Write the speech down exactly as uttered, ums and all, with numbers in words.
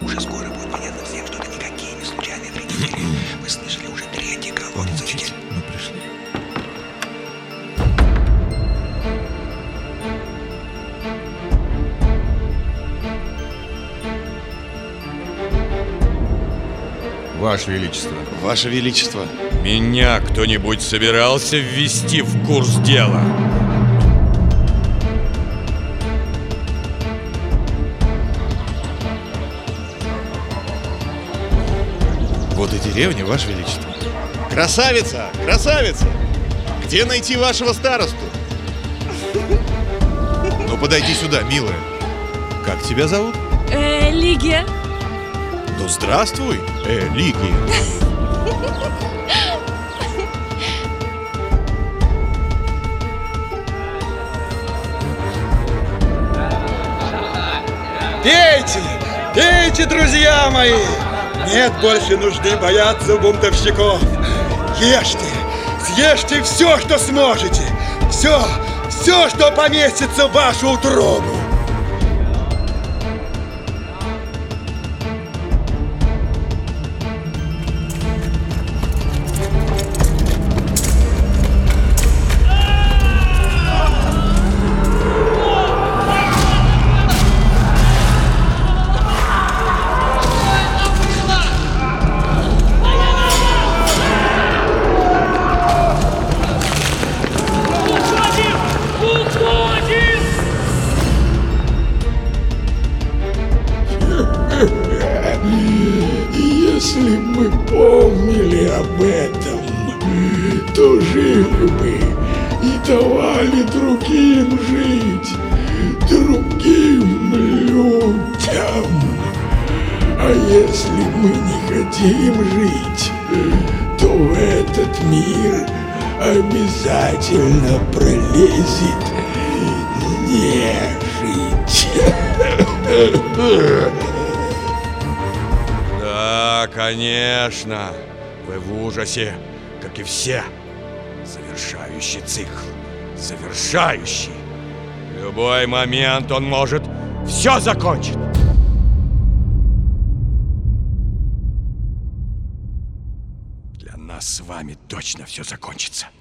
уже скоро будет понятно всем, что это никакие не случайные вредители. Вы слышали, уже третий колодец видели. Мы пришли. Ваше Величество. Ваше Величество. Меня кто-нибудь собирался ввести в курс дела? Вот и деревня, Ваше Величество. Красавица! Красавица! Где найти вашего старосту? Ну, подойди сюда, милая. Как тебя зовут? Э, Лигия. Ну, здравствуй, э, Лигия. Пейте, пейте, друзья мои! Нет больше нужды бояться бунтовщиков. Ешьте, съешьте все, что сможете. Все, все, что поместится в вашу утробу. Если б мы помнили об этом, то жили бы и давали другим жить, другим людям. А если мы не хотим жить, то в этот мир обязательно пролезет нежить. Да, конечно. Вы в ужасе, как и все. Завершающий цикл. Завершающий. В любой момент он может все закончить. Для нас с вами точно все закончится.